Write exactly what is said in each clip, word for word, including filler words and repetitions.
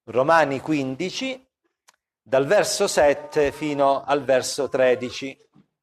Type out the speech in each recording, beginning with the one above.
Romani quindici, dal verso sette fino al verso tredici.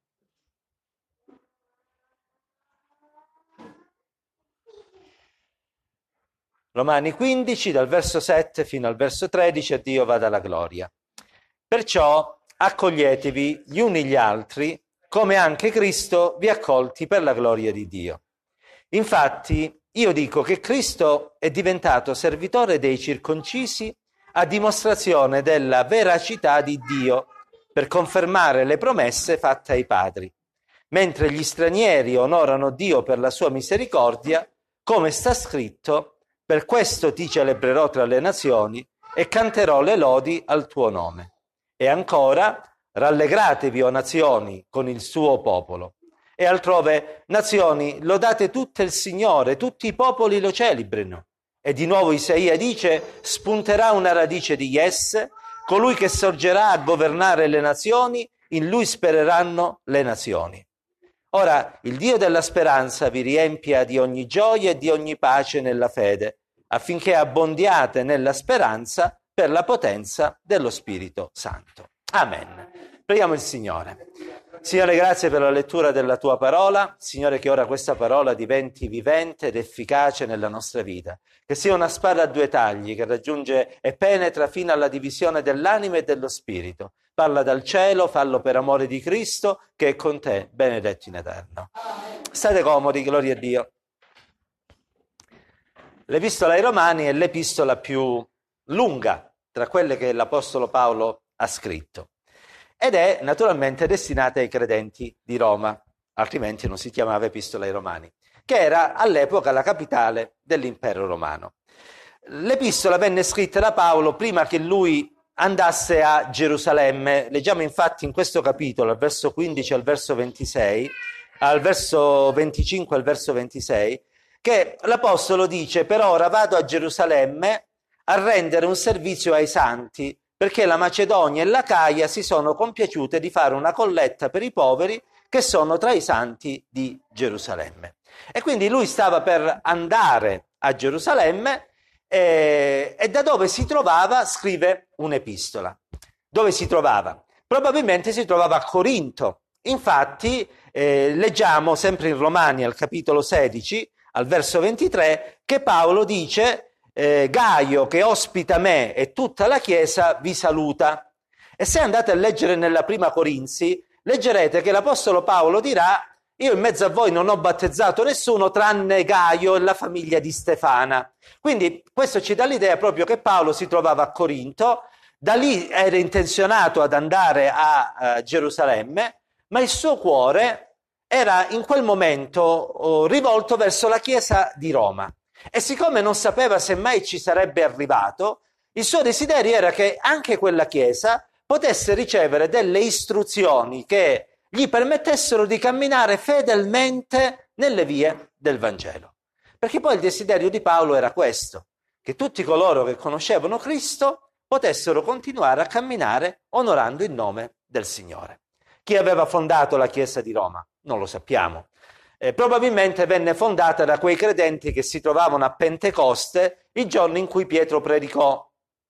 Romani quindici, dal verso sette fino al verso tredici, a Dio vada la gloria. Perciò accoglietevi gli uni gli altri, come anche Cristo vi ha accolti per la gloria di Dio. Infatti, io dico che Cristo è diventato servitore dei circoncisi a dimostrazione della veracità di Dio, per confermare le promesse fatte ai padri, mentre gli stranieri onorano Dio per la sua misericordia, come sta scritto: per questo ti celebrerò tra le nazioni e canterò le lodi al tuo nome. E ancora, rallegratevi, o nazioni, con il suo popolo. E altrove, nazioni, lodate tutte il Signore, tutti i popoli lo celebrino. E di nuovo Isaia dice: spunterà una radice di Jesse, colui che sorgerà a governare le nazioni, in lui spereranno le nazioni. Ora, il Dio della speranza vi riempia di ogni gioia e di ogni pace nella fede, affinché abbondiate nella speranza per la potenza dello Spirito Santo. Amen. Preghiamo il Signore. Signore, grazie per la lettura della tua parola. Signore, che ora questa parola diventi vivente ed efficace nella nostra vita, che sia una spada a due tagli che raggiunge e penetra fino alla divisione dell'anima e dello spirito. Parla dal cielo, fallo per amore di Cristo, che è con te, benedetto in eterno. State comodi, gloria a Dio. L'Epistola ai Romani è l'epistola più lunga tra quelle che l'Apostolo Paolo ha scritto ed è naturalmente destinata ai credenti di Roma, altrimenti non si chiamava Epistola ai Romani, che era all'epoca la capitale dell'impero romano. L'epistola venne scritta da Paolo prima che lui andasse a Gerusalemme. Leggiamo infatti in questo capitolo, al verso quindici al verso ventisei, al verso venticinque al verso ventisei, che l'Apostolo dice: per ora vado a Gerusalemme a rendere un servizio ai santi, perché la Macedonia e l'Acaia si sono compiaciute di fare una colletta per i poveri che sono tra i santi di Gerusalemme. E quindi lui stava per andare a Gerusalemme e, e da dove si trovava scrive un'epistola. Dove si trovava? Probabilmente si trovava a Corinto. Infatti eh, leggiamo sempre in Romani al capitolo sedici, al verso ventitré, che Paolo dice: eh, Gaio, che ospita me e tutta la Chiesa, vi saluta. E se andate a leggere nella prima Corinzi, leggerete che l'Apostolo Paolo dirà: io in mezzo a voi non ho battezzato nessuno tranne Gaio e la famiglia di Stefana. Quindi questo ci dà l'idea proprio che Paolo si trovava a Corinto, da lì era intenzionato ad andare a, a Gerusalemme, ma il suo cuore era in quel momento oh, rivolto verso la Chiesa di Roma. E siccome non sapeva se mai ci sarebbe arrivato, il suo desiderio era che anche quella Chiesa potesse ricevere delle istruzioni che gli permettessero di camminare fedelmente nelle vie del Vangelo. Perché poi il desiderio di Paolo era questo: che tutti coloro che conoscevano Cristo potessero continuare a camminare onorando il nome del Signore. Chi aveva fondato la Chiesa di Roma? Non lo sappiamo. Eh, probabilmente venne fondata da quei credenti che si trovavano a Pentecoste il giorno in cui Pietro predicò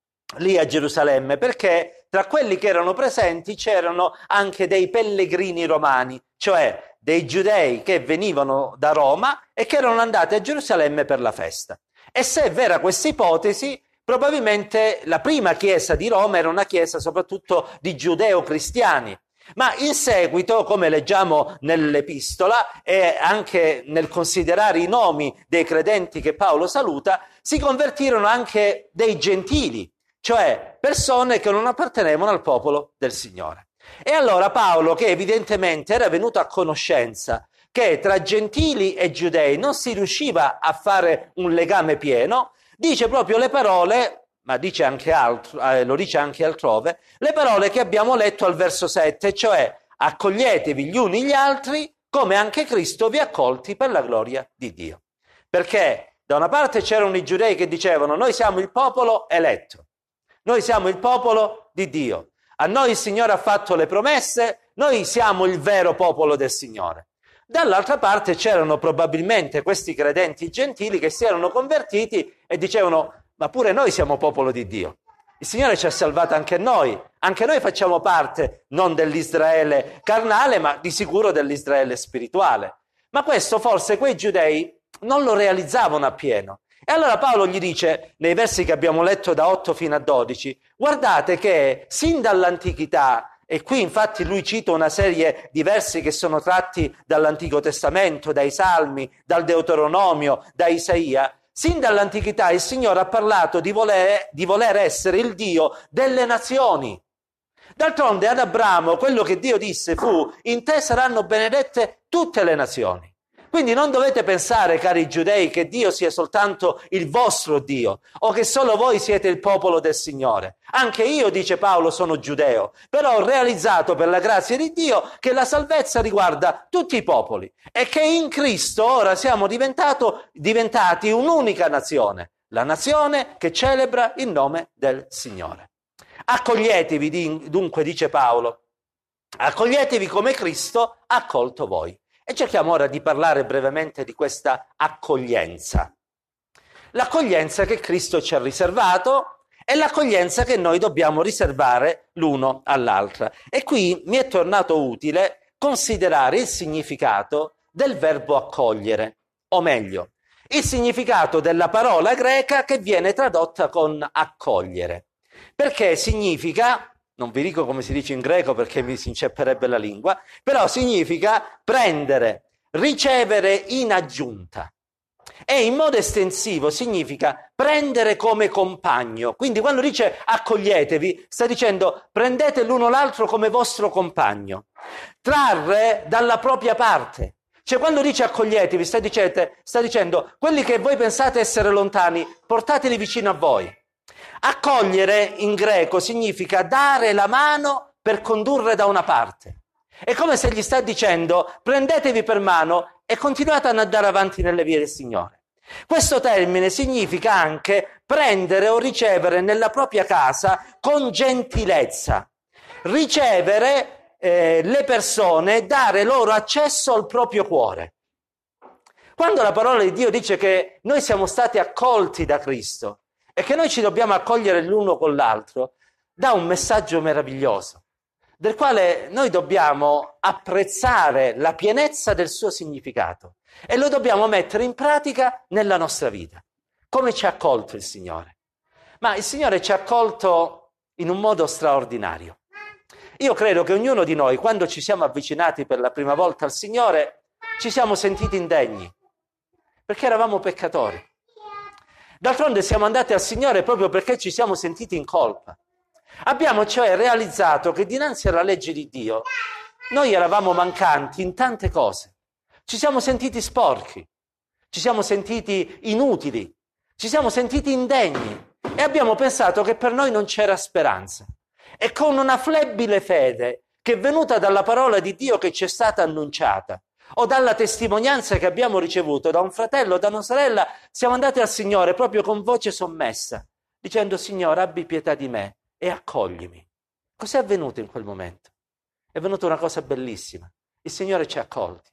lì a Gerusalemme, perché tra quelli che erano presenti c'erano anche dei pellegrini romani, cioè dei giudei che venivano da Roma e che erano andati a Gerusalemme per la festa. E se è vera questa ipotesi, probabilmente la prima chiesa di Roma era una chiesa soprattutto di giudeo-cristiani. Ma in seguito, come leggiamo nell'epistola e anche nel considerare i nomi dei credenti che Paolo saluta, si convertirono anche dei gentili, cioè persone che non appartenevano al popolo del Signore. E allora Paolo, che evidentemente era venuto a conoscenza che tra gentili e giudei non si riusciva a fare un legame pieno, dice proprio le parole, ma dice anche altro, eh, lo dice anche altrove, le parole che abbiamo letto al verso sette, cioè: accoglietevi gli uni gli altri come anche Cristo vi ha accolti per la gloria di Dio. Perché da una parte c'erano i giudei che dicevano: noi siamo il popolo eletto, noi siamo il popolo di Dio, a noi il Signore ha fatto le promesse, noi siamo il vero popolo del Signore. Dall'altra parte c'erano probabilmente questi credenti gentili che si erano convertiti e dicevano: ma pure noi siamo popolo di Dio. Il Signore ci ha salvato anche noi, anche noi facciamo parte non dell'Israele carnale, ma di sicuro dell'Israele spirituale. Ma questo forse quei giudei non lo realizzavano appieno. E allora Paolo gli dice, nei versi che abbiamo letto da otto fino a dodici, guardate che sin dall'antichità, e qui infatti lui cita una serie di versi che sono tratti dall'Antico Testamento, dai Salmi, dal Deuteronomio, da Isaia, sin dall'antichità il Signore ha parlato di voler, di voler essere il Dio delle nazioni. D'altronde ad Abramo quello che Dio disse fu: in te saranno benedette tutte le nazioni. Quindi non dovete pensare, cari giudei, che Dio sia soltanto il vostro Dio o che solo voi siete il popolo del Signore. Anche io, dice Paolo, sono giudeo, però ho realizzato per la grazia di Dio che la salvezza riguarda tutti i popoli e che in Cristo ora siamo diventato, diventati un'unica nazione, la nazione che celebra il nome del Signore. Accoglietevi dunque, dice Paolo, accoglietevi come Cristo ha accolto voi. E cerchiamo ora di parlare brevemente di questa accoglienza. L'accoglienza che Cristo ci ha riservato è l'accoglienza che noi dobbiamo riservare l'uno all'altra. E qui mi è tornato utile considerare il significato del verbo accogliere, o meglio, il significato della parola greca che viene tradotta con accogliere. Perché significa, non vi dico come si dice in greco perché mi si incepperebbe la lingua, però significa prendere, ricevere in aggiunta. E in modo estensivo significa prendere come compagno. Quindi quando dice accoglietevi, sta dicendo prendete l'uno l'altro come vostro compagno. Trarre dalla propria parte. Cioè quando dice accoglietevi, sta dicendo, sta dicendo quelli che voi pensate essere lontani, portateli vicino a voi. Accogliere in greco significa dare la mano per condurre da una parte. È come se gli sta dicendo prendetevi per mano e continuate ad andare avanti nelle vie del Signore. Questo termine significa anche prendere o ricevere nella propria casa con gentilezza, ricevere eh, le persone e dare loro accesso al proprio cuore. Quando la parola di Dio dice che noi siamo stati accolti da Cristo e che noi ci dobbiamo accogliere l'uno con l'altro, dà un messaggio meraviglioso, del quale noi dobbiamo apprezzare la pienezza del suo significato e lo dobbiamo mettere in pratica nella nostra vita. Come ci ha accolto il Signore? Ma il Signore ci ha accolto in un modo straordinario. Io credo che ognuno di noi, quando ci siamo avvicinati per la prima volta al Signore, ci siamo sentiti indegni, perché eravamo peccatori. D'altronde siamo andati al Signore proprio perché ci siamo sentiti in colpa. Abbiamo cioè realizzato che dinanzi alla legge di Dio noi eravamo mancanti in tante cose. Ci siamo sentiti sporchi, ci siamo sentiti inutili, ci siamo sentiti indegni e abbiamo pensato che per noi non c'era speranza. E con una flebile fede che è venuta dalla parola di Dio che ci è stata annunciata, o dalla testimonianza che abbiamo ricevuto da un fratello o da una sorella, siamo andati al Signore proprio con voce sommessa, dicendo Signore abbi pietà di me e accoglimi. Cos'è avvenuto in quel momento? È venuta una cosa bellissima, il Signore ci ha accolti.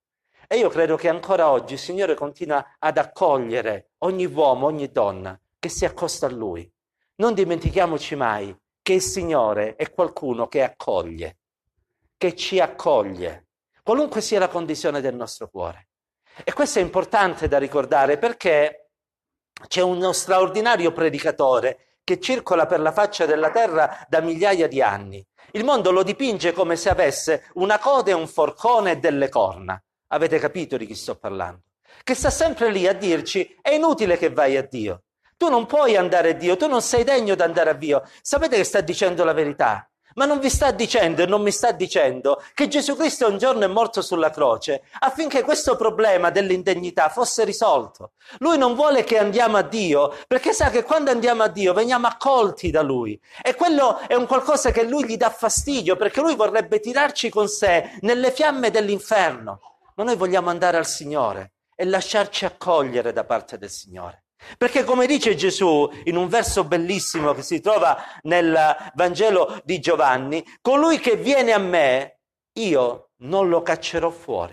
E io credo che ancora oggi il Signore continua ad accogliere ogni uomo, ogni donna che si accosta a Lui. Non dimentichiamoci mai che il Signore è qualcuno che accoglie, che ci accoglie, qualunque sia la condizione del nostro cuore. E questo è importante da ricordare perché c'è uno straordinario predicatore che circola per la faccia della terra da migliaia di anni. Il mondo lo dipinge come se avesse una coda e un forcone e delle corna. Avete capito di chi sto parlando? Che sta sempre lì a dirci è inutile che vai a Dio. Tu non puoi andare a Dio, tu non sei degno di andare a Dio. Sapete che sta dicendo la verità? Ma non vi sta dicendo e non mi sta dicendo che Gesù Cristo un giorno è morto sulla croce affinché questo problema dell'indegnità fosse risolto. Lui non vuole che andiamo a Dio perché sa che quando andiamo a Dio veniamo accolti da Lui e quello è un qualcosa che Lui gli dà fastidio perché Lui vorrebbe tirarci con sé nelle fiamme dell'inferno. Ma noi vogliamo andare al Signore e lasciarci accogliere da parte del Signore. Perché come dice Gesù in un verso bellissimo che si trova nel Vangelo di Giovanni, colui che viene a me, io non lo caccerò fuori.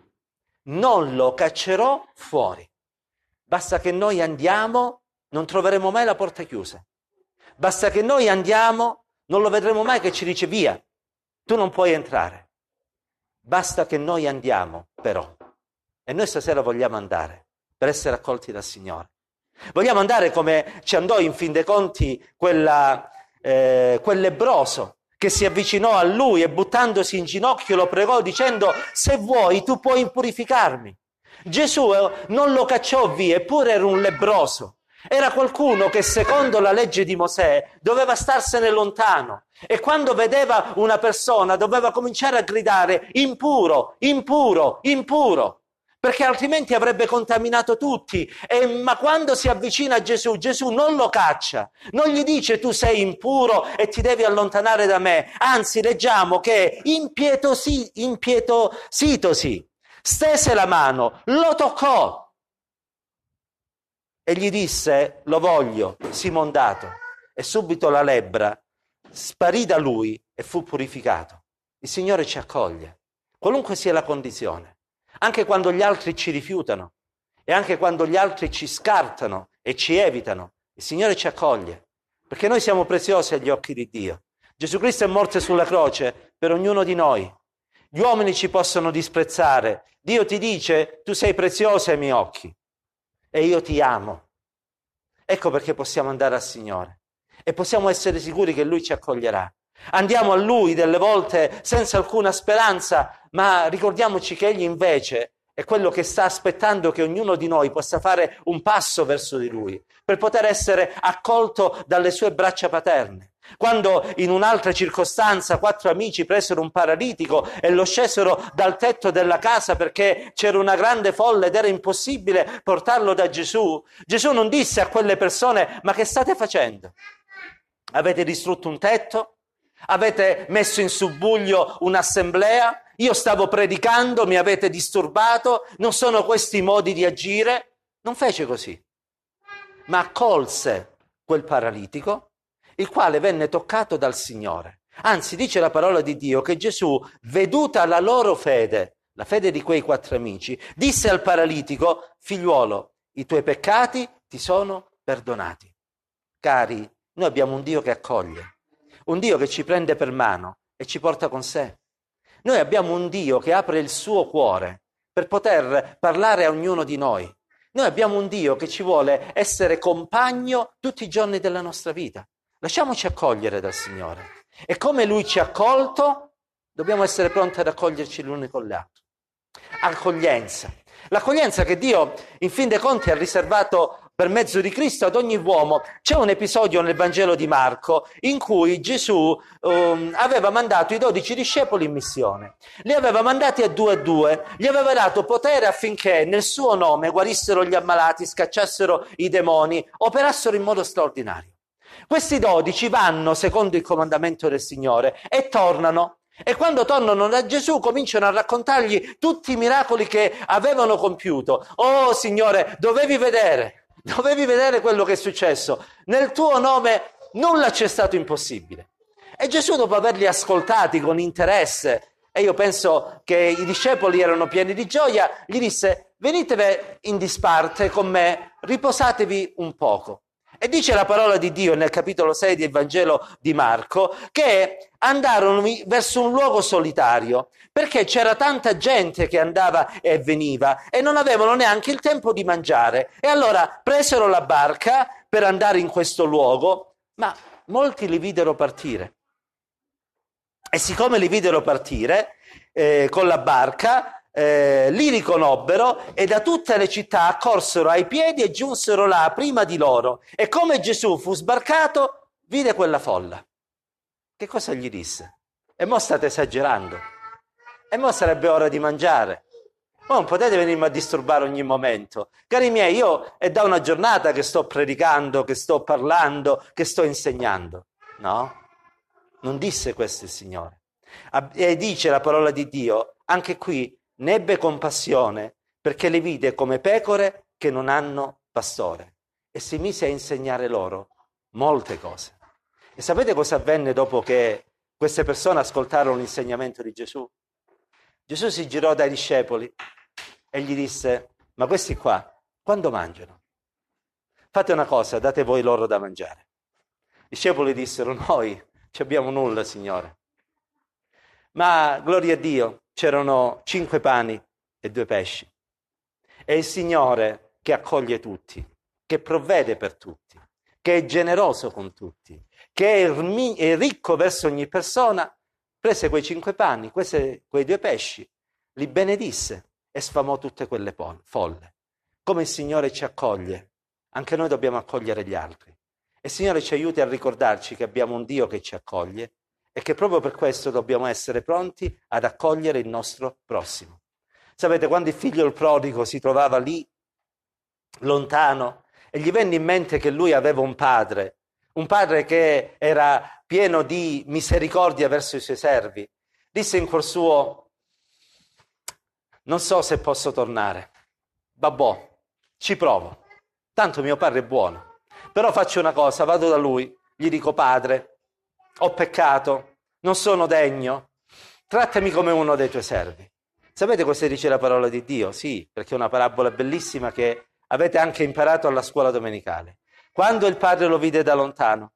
Non lo caccerò fuori. Basta che noi andiamo, non troveremo mai la porta chiusa. Basta che noi andiamo, non lo vedremo mai che ci dice via, tu non puoi entrare. Basta che noi andiamo, però. E noi stasera vogliamo andare per essere accolti dal Signore. Vogliamo andare come ci andò in fin dei conti quella, eh, quel lebbroso che si avvicinò a lui e buttandosi in ginocchio lo pregò dicendo: se vuoi tu puoi purificarmi. Gesù non lo cacciò via, eppure era un lebbroso. Era qualcuno che secondo la legge di Mosè doveva starsene lontano e quando vedeva una persona doveva cominciare a gridare impuro, impuro, impuro, perché altrimenti avrebbe contaminato tutti. E, ma quando si avvicina a Gesù, Gesù non lo caccia, non gli dice tu sei impuro e ti devi allontanare da me, anzi leggiamo che impietosi, impietositosi, stese la mano, lo toccò e gli disse lo voglio, sii mondato. E subito la lebbra sparì da lui e fu purificato. Il Signore ci accoglie, qualunque sia la condizione, anche quando gli altri ci rifiutano e anche quando gli altri ci scartano e ci evitano. Il Signore ci accoglie, perché noi siamo preziosi agli occhi di Dio. Gesù Cristo è morto sulla croce per ognuno di noi. Gli uomini ci possono disprezzare. Dio ti dice tu sei prezioso ai miei occhi e io ti amo. Ecco perché possiamo andare al Signore e possiamo essere sicuri che Lui ci accoglierà. Andiamo a Lui delle volte senza alcuna speranza, ma ricordiamoci che Egli invece è quello che sta aspettando che ognuno di noi possa fare un passo verso di Lui per poter essere accolto dalle sue braccia paterne. Quando in un'altra circostanza quattro amici presero un paralitico e lo scesero dal tetto della casa perché c'era una grande folla ed era impossibile portarlo da Gesù, Gesù non disse a quelle persone: ma che state facendo? Avete distrutto un tetto? Avete messo in subbuglio un'assemblea? Io stavo predicando, mi avete disturbato? Non sono questi i modi di agire? Non fece così, ma accolse quel paralitico, il quale venne toccato dal Signore. Anzi, dice la parola di Dio che Gesù, veduta la loro fede, la fede di quei quattro amici, disse al paralitico: figliuolo, i tuoi peccati ti sono perdonati. Cari, noi abbiamo un Dio che accoglie, un Dio che ci prende per mano e ci porta con sé. Noi abbiamo un Dio che apre il suo cuore per poter parlare a ognuno di noi. Noi abbiamo un Dio che ci vuole essere compagno tutti i giorni della nostra vita. Lasciamoci accogliere dal Signore. E come Lui ci ha accolto, dobbiamo essere pronti ad accoglierci l'uno con l'altro. Accoglienza. L'accoglienza che Dio, in fin dei conti, ha riservato per mezzo di Cristo ad ogni uomo. C'è un episodio nel Vangelo di Marco in cui Gesù um, aveva mandato i dodici discepoli in missione. Li aveva mandati a due a due, gli aveva dato potere affinché nel suo nome guarissero gli ammalati, scacciassero i demoni, operassero in modo straordinario. Questi dodici vanno secondo il comandamento del Signore e tornano. E quando tornano da Gesù cominciano a raccontargli tutti i miracoli che avevano compiuto. Oh Signore, dovevi vedere, dovevi vedere quello che è successo. Nel tuo nome nulla c'è stato impossibile. E Gesù, dopo averli ascoltati con interesse, e io penso che i discepoli erano pieni di gioia, gli disse: venitevi in disparte con me, riposatevi un poco. E dice la parola di Dio nel capitolo sei del Vangelo di Marco che andarono verso un luogo solitario perché c'era tanta gente che andava e veniva e non avevano neanche il tempo di mangiare. E allora presero la barca per andare in questo luogo, ma molti li videro partire. E siccome li videro partire eh, con la barca, Eh, li riconobbero e da tutte le città accorsero ai piedi e giunsero là prima di loro. E come Gesù fu sbarcato, vide quella folla. Che cosa gli disse? E mo state esagerando. E mo sarebbe ora di mangiare. Ma non potete venirmi a disturbare ogni momento. Cari miei, io è da una giornata che sto predicando, che sto parlando, che sto insegnando. No? Non disse questo il Signore. E dice la parola di Dio, anche qui, ne ebbe compassione perché le vide come pecore che non hanno pastore e si mise a insegnare loro molte cose. E sapete cosa avvenne dopo che queste persone ascoltarono l'insegnamento di Gesù? Gesù si girò dai discepoli e gli disse: ma questi qua quando mangiano? Fate una cosa, date voi loro da mangiare. discepoli dissero: noi ci abbiamo nulla, Signore. Ma gloria a Dio, c'erano cinque pani e due pesci. È il Signore che accoglie tutti, che provvede per tutti, che è generoso con tutti, che è ricco verso ogni persona. Prese quei cinque pani, quei due pesci, li benedisse e sfamò tutte quelle folle. Come il Signore ci accoglie, anche noi dobbiamo accogliere gli altri. E il Signore ci aiuti a ricordarci che abbiamo un Dio che ci accoglie e che proprio per questo dobbiamo essere pronti ad accogliere il nostro prossimo. Sapete, quando il figlio il prodigo si trovava lì, lontano, e gli venne in mente che lui aveva un padre, un padre che era pieno di misericordia verso i suoi servi, disse in cuor suo: non so se posso tornare, vabbò, ci provo, tanto mio padre è buono, però faccio una cosa, vado da lui, gli dico: padre, ho peccato, non sono degno, trattami come uno dei tuoi servi. Sapete cosa dice la parola di Dio? Sì, perché è una parabola bellissima che avete anche imparato alla scuola domenicale. Quando il padre lo vide da lontano,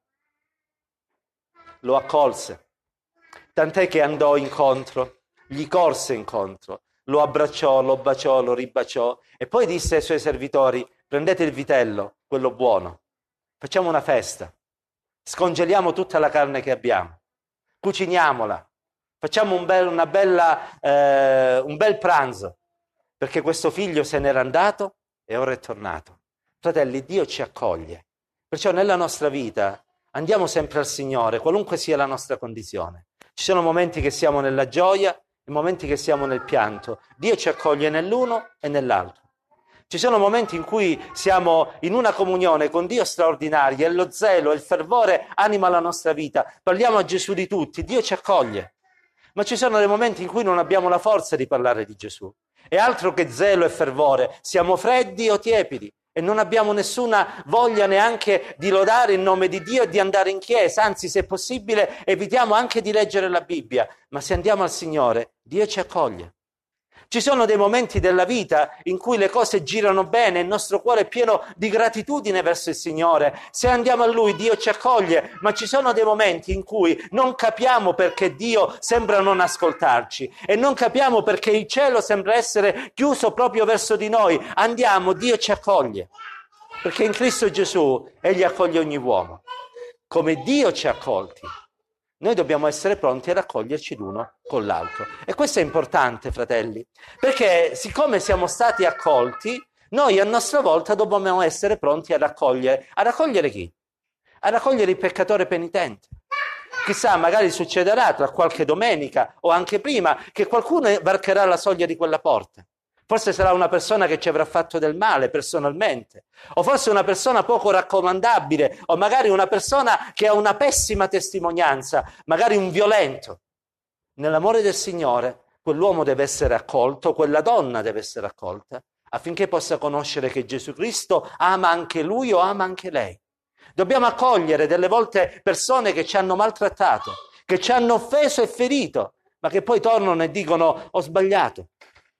lo accolse, tant'è che andò incontro, gli corse incontro, lo abbracciò, lo baciò, lo ribaciò e poi disse ai suoi servitori: prendete il vitello, quello buono, facciamo una festa, scongeliamo tutta la carne che abbiamo, cuciniamola, facciamo un bel, una bella, eh, un bel pranzo, perché questo figlio se n'era andato e ora è tornato. Fratelli, Dio ci accoglie, perciò nella nostra vita andiamo sempre al Signore, qualunque sia la nostra condizione. Ci sono momenti che siamo nella gioia e momenti che siamo nel pianto. Dio ci accoglie nell'uno e nell'altro. Ci sono momenti in cui siamo in una comunione con Dio straordinaria e lo zelo e il fervore anima la nostra vita. Parliamo a Gesù di tutti, Dio ci accoglie. Ma ci sono dei momenti in cui non abbiamo la forza di parlare di Gesù. E altro che zelo e fervore, siamo freddi o tiepidi e non abbiamo nessuna voglia neanche di lodare il nome di Dio e di andare in chiesa, anzi, se possibile, evitiamo anche di leggere la Bibbia. Ma se andiamo al Signore, Dio ci accoglie. Ci sono dei momenti della vita in cui le cose girano bene, il nostro cuore è pieno di gratitudine verso il Signore. Se andiamo a Lui, Dio ci accoglie, ma ci sono dei momenti in cui non capiamo perché Dio sembra non ascoltarci e non capiamo perché il cielo sembra essere chiuso proprio verso di noi. Andiamo, Dio ci accoglie, perché in Cristo Gesù Egli accoglie ogni uomo. Come Dio ci ha accolti, noi dobbiamo essere pronti ad accoglierci l'uno con l'altro. E questo è importante, fratelli, perché siccome siamo stati accolti, noi a nostra volta dobbiamo essere pronti ad accogliere. Ad accogliere chi? Ad accogliere il peccatore penitente. Chissà, magari succederà tra qualche domenica o anche prima che qualcuno varcherà la soglia di quella porta. Forse sarà una persona che ci avrà fatto del male personalmente, o forse una persona poco raccomandabile, o magari una persona che ha una pessima testimonianza, magari un violento. Nell'amore del Signore, quell'uomo deve essere accolto, quella donna deve essere accolta, affinché possa conoscere che Gesù Cristo ama anche lui o ama anche lei. Dobbiamo accogliere delle volte persone che ci hanno maltrattato, che ci hanno offeso e ferito, ma che poi tornano e dicono: ho sbagliato.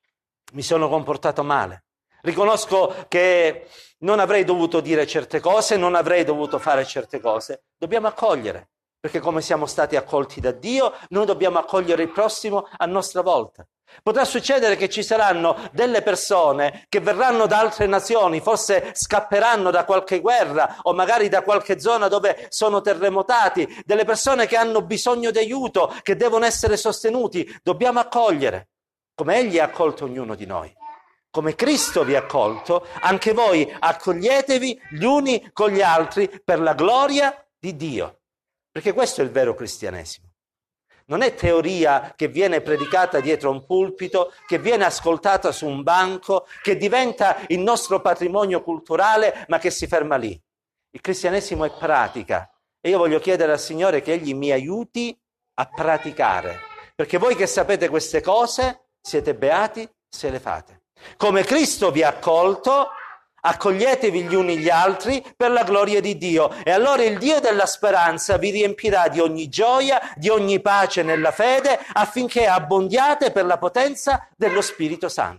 Mi sono comportato male, riconosco che non avrei dovuto dire certe cose, non avrei dovuto fare certe cose. Dobbiamo accogliere, perché come siamo stati accolti da Dio, noi dobbiamo accogliere il prossimo a nostra volta. Potrà succedere che ci saranno delle persone che verranno da altre nazioni, forse scapperanno da qualche guerra o magari da qualche zona dove sono terremotati, delle persone che hanno bisogno di aiuto, che devono essere sostenuti. Dobbiamo accogliere. Come Egli ha accolto ognuno di noi, come Cristo vi ha accolto, anche voi accoglietevi gli uni con gli altri per la gloria di Dio. Perché questo è il vero cristianesimo. Non è teoria che viene predicata dietro un pulpito, che viene ascoltata su un banco, che diventa il nostro patrimonio culturale, ma che si ferma lì. Il cristianesimo è pratica e io voglio chiedere al Signore che Egli mi aiuti a praticare. Perché voi che sapete queste cose siete beati se le fate. Come Cristo vi ha accolto, accoglietevi gli uni gli altri per la gloria di Dio. E allora il Dio della speranza vi riempirà di ogni gioia, di ogni pace nella fede, affinché abbondiate per la potenza dello Spirito Santo.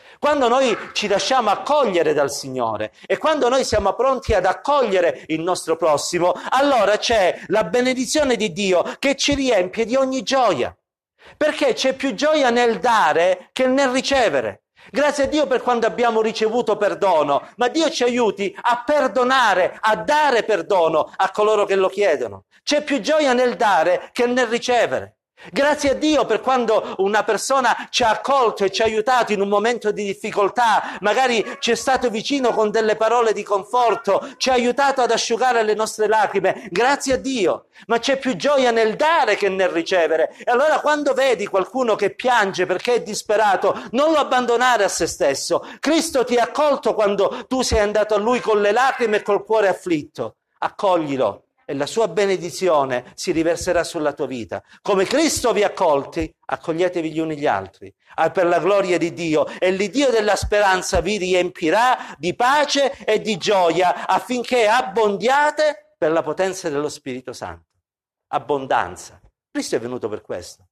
Quando noi ci lasciamo accogliere dal Signore e quando noi siamo pronti ad accogliere il nostro prossimo, allora c'è la benedizione di Dio che ci riempie di ogni gioia. Perché c'è più gioia nel dare che nel ricevere. Grazie a Dio per quando abbiamo ricevuto perdono, ma Dio ci aiuti a perdonare, a dare perdono a coloro che lo chiedono. C'è più gioia nel dare che nel ricevere. Grazie a Dio per quando una persona ci ha accolto e ci ha aiutato in un momento di difficoltà, magari ci è stato vicino con delle parole di conforto, ci ha aiutato ad asciugare le nostre lacrime. Grazie a Dio, ma c'è più gioia nel dare che nel ricevere. E allora quando vedi qualcuno che piange perché è disperato, non lo abbandonare a se stesso. Cristo ti ha accolto quando tu sei andato a Lui con le lacrime e col cuore afflitto. Accoglilo. E la sua benedizione si riverserà sulla tua vita. Come Cristo vi ha accolti, accoglietevi gli uni gli altri, ah, per la gloria di Dio. E l'Iddio della speranza vi riempirà di pace e di gioia affinché abbondiate per la potenza dello Spirito Santo. Abbondanza. Cristo è venuto per questo.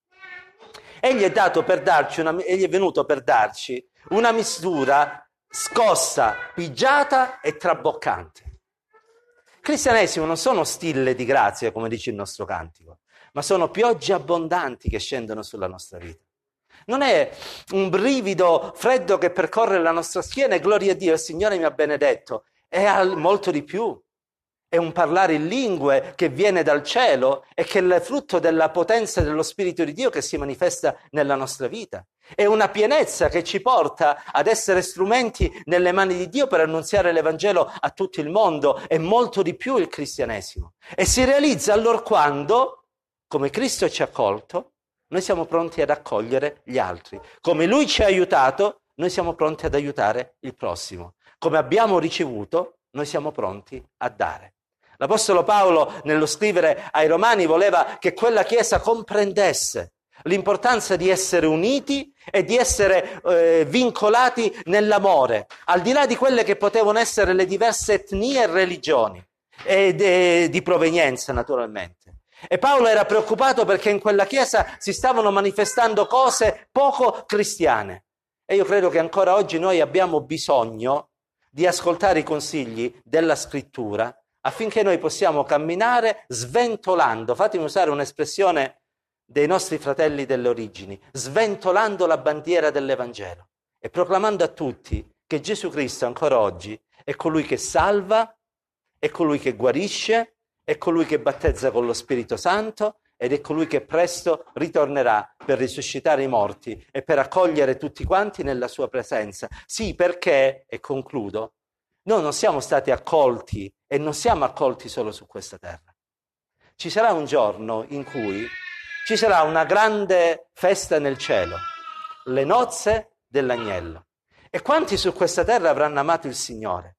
Egli è, dato per darci una, egli è venuto per darci una misura scossa, pigiata e traboccante. Il cristianesimo non sono stille di grazia, come dice il nostro cantico, ma sono piogge abbondanti che scendono sulla nostra vita. Non è un brivido freddo che percorre la nostra schiena e gloria a Dio, il Signore mi ha benedetto. È molto di più. È un parlare in lingue che viene dal cielo e che è il frutto della potenza dello Spirito di Dio che si manifesta nella nostra vita. È una pienezza che ci porta ad essere strumenti nelle mani di Dio per annunziare l'Evangelo a tutto il mondo. È molto di più il cristianesimo. E si realizza allorquando, come Cristo ci ha accolto, noi siamo pronti ad accogliere gli altri. Come Lui ci ha aiutato, noi siamo pronti ad aiutare il prossimo. Come abbiamo ricevuto, noi siamo pronti a dare. L'Apostolo Paolo, nello scrivere ai Romani, voleva che quella Chiesa comprendesse l'importanza di essere uniti e di essere eh, vincolati nell'amore, al di là di quelle che potevano essere le diverse etnie e religioni, e de, di provenienza naturalmente. E Paolo era preoccupato perché in quella Chiesa si stavano manifestando cose poco cristiane. E io credo che ancora oggi noi abbiamo bisogno di ascoltare i consigli della Scrittura affinché noi possiamo camminare sventolando, fatemi usare un'espressione dei nostri fratelli delle origini, sventolando la bandiera dell'Evangelo e proclamando a tutti che Gesù Cristo ancora oggi è colui che salva, è colui che guarisce, è colui che battezza con lo Spirito Santo ed è colui che presto ritornerà per risuscitare i morti e per accogliere tutti quanti nella sua presenza. Sì, perché, e concludo, noi non siamo stati accolti e non siamo accolti solo su questa terra. Ci sarà un giorno in cui ci sarà una grande festa nel cielo, le nozze dell'agnello. E quanti su questa terra avranno amato il Signore?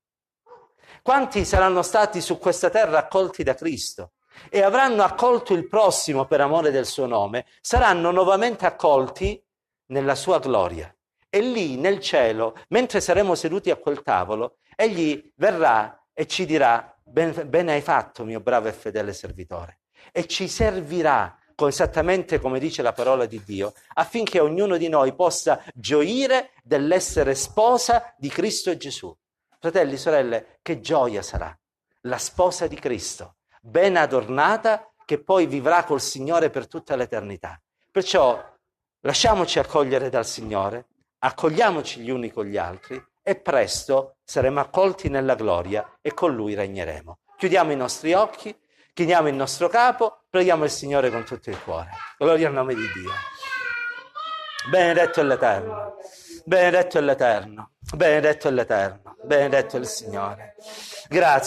Quanti saranno stati su questa terra accolti da Cristo e avranno accolto il prossimo per amore del suo nome, saranno nuovamente accolti nella sua gloria. E lì nel cielo, mentre saremo seduti a quel tavolo, egli verrà e ci dirà: ben, bene hai fatto, mio bravo e fedele servitore, e ci servirà esattamente come dice la parola di Dio, affinché ognuno di noi possa gioire dell'essere sposa di Cristo Gesù. Fratelli, sorelle, che gioia sarà la sposa di Cristo, ben adornata, che poi vivrà col Signore per tutta l'eternità. Perciò lasciamoci accogliere dal Signore, accogliamoci gli uni con gli altri e presto saremo accolti nella gloria e con Lui regneremo. Chiudiamo i nostri occhi, chiniamo il nostro capo, preghiamo il Signore con tutto il cuore. Gloria al nome di Dio. Benedetto è l'Eterno, benedetto è l'Eterno, benedetto è l'Eterno, benedetto è il Signore. Grazie.